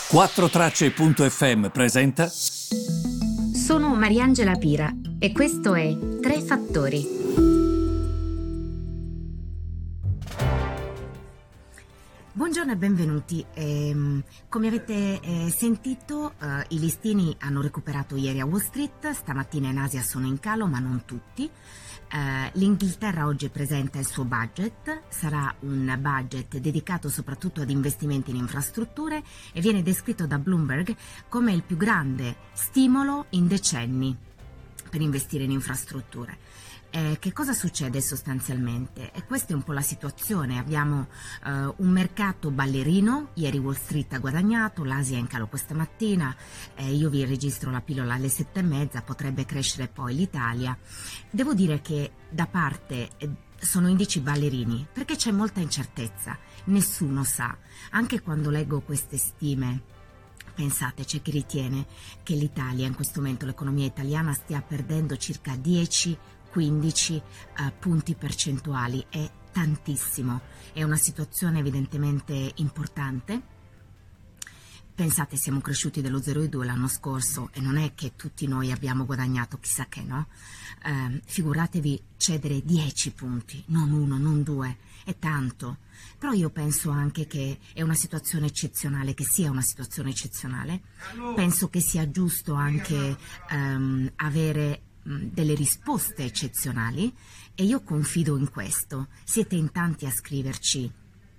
4Tracce.fm presenta. Sono Mariangela Pira e questo è Tre Fattori. Buongiorno e benvenuti. Come avete sentito, i listini hanno recuperato ieri a Wall Street, stamattina in Asia sono in calo, ma non tutti. L'Inghilterra oggi presenta il suo budget, sarà un budget dedicato soprattutto ad investimenti in infrastrutture e viene descritto da Bloomberg come il più grande stimolo in decenni per investire in infrastrutture. Che cosa succede sostanzialmente? E questa è un po' la situazione. Abbiamo un mercato ballerino, ieri Wall Street ha guadagnato, l'Asia è in calo questa mattina, io vi registro la pillola alle 7:30, potrebbe crescere poi l'Italia. Devo dire che da parte sono indici ballerini perché c'è molta incertezza, nessuno sa, anche quando leggo queste stime. Pensate, c'è chi ritiene che l'Italia, in questo momento l'economia italiana, stia perdendo circa 10-15 punti percentuali. È tantissimo, è una situazione evidentemente importante. Pensate, siamo cresciuti dello 0,2 l'anno scorso e non è che tutti noi abbiamo guadagnato chissà che, no? Figuratevi cedere 10 punti, non 1, non 2, è tanto. Però io penso anche che è una situazione eccezionale, che sia una situazione eccezionale. Penso che sia giusto anche avere delle risposte eccezionali e io confido in questo. Siete in tanti a scriverci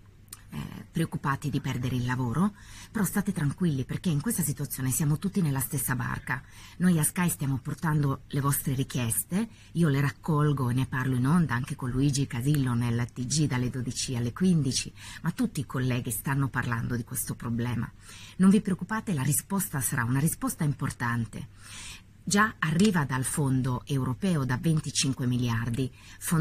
preoccupati di perdere il lavoro, però state tranquilli perché in questa situazione siamo tutti nella stessa barca. Noi a Sky stiamo portando le vostre richieste, io le raccolgo e ne parlo in onda anche con Luigi Casillo nel TG dalle 12 alle 15, ma tutti i colleghi stanno parlando di questo problema. Non vi preoccupate, la risposta sarà una risposta importante. Già arriva dal fondo europeo da 25 miliardi.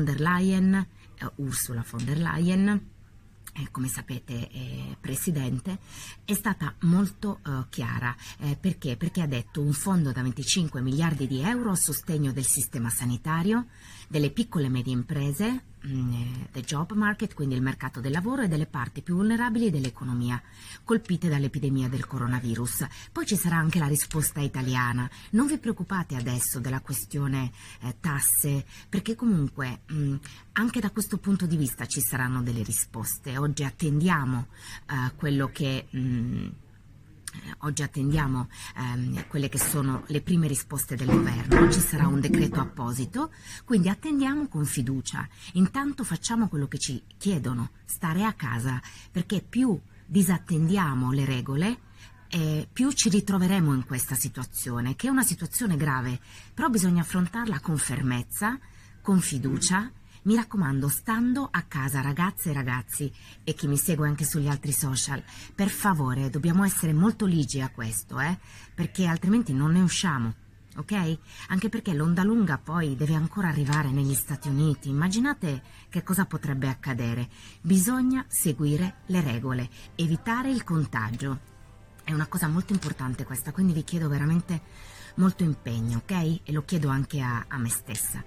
Ursula von der Leyen, come sapete presidente, è stata molto chiara. Perché? Perché ha detto un fondo da 25 miliardi di euro a sostegno del sistema sanitario, delle piccole e medie imprese, the job market, quindi il mercato del lavoro, e delle parti più vulnerabili dell'economia colpite dall'epidemia del coronavirus. Poi ci sarà anche la risposta italiana. Non vi preoccupate adesso della questione tasse, perché comunque anche da questo punto di vista ci saranno delle risposte. Oggi attendiamo quello che Oggi attendiamo quelle che sono le prime risposte del governo. Ci sarà un decreto apposito, quindi attendiamo con fiducia. Intanto facciamo quello che ci chiedono, stare a casa, perché più disattendiamo le regole, più ci ritroveremo in questa situazione, che è una situazione grave, però bisogna affrontarla con fermezza, con fiducia. Mi raccomando, stando a casa, ragazze e ragazzi, e chi mi segue anche sugli altri social, per favore, dobbiamo essere molto ligi a questo, perché altrimenti non ne usciamo, ok? Anche perché l'onda lunga poi deve ancora arrivare negli Stati Uniti. Immaginate che cosa potrebbe accadere. Bisogna seguire le regole, evitare il contagio. È una cosa molto importante questa, quindi vi chiedo veramente molto impegno, ok? E lo chiedo anche a me stessa.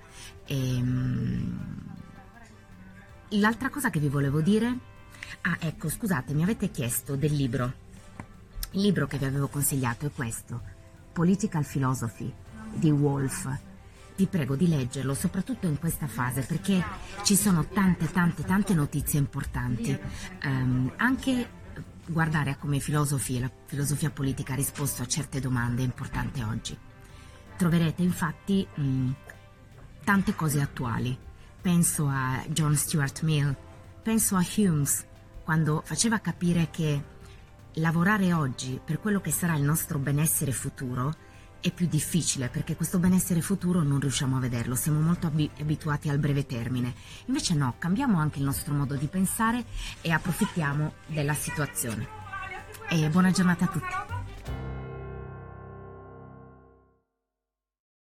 L'altra cosa che vi volevo dire, ecco, scusate, mi avete chiesto del libro. Il libro che vi avevo consigliato è questo, Political Philosophy di Woolf. Vi prego di leggerlo, soprattutto in questa fase, perché ci sono tante notizie importanti. Anche guardare a come la filosofia politica ha risposto a certe domande importanti oggi. Troverete infatti tante cose attuali. Penso a John Stuart Mill, penso a Hume, quando faceva capire che lavorare oggi per quello che sarà il nostro benessere futuro è più difficile, perché questo benessere futuro non riusciamo a vederlo, siamo molto abituati al breve termine. Invece no, cambiamo anche il nostro modo di pensare e approfittiamo della situazione. E buona giornata a tutti.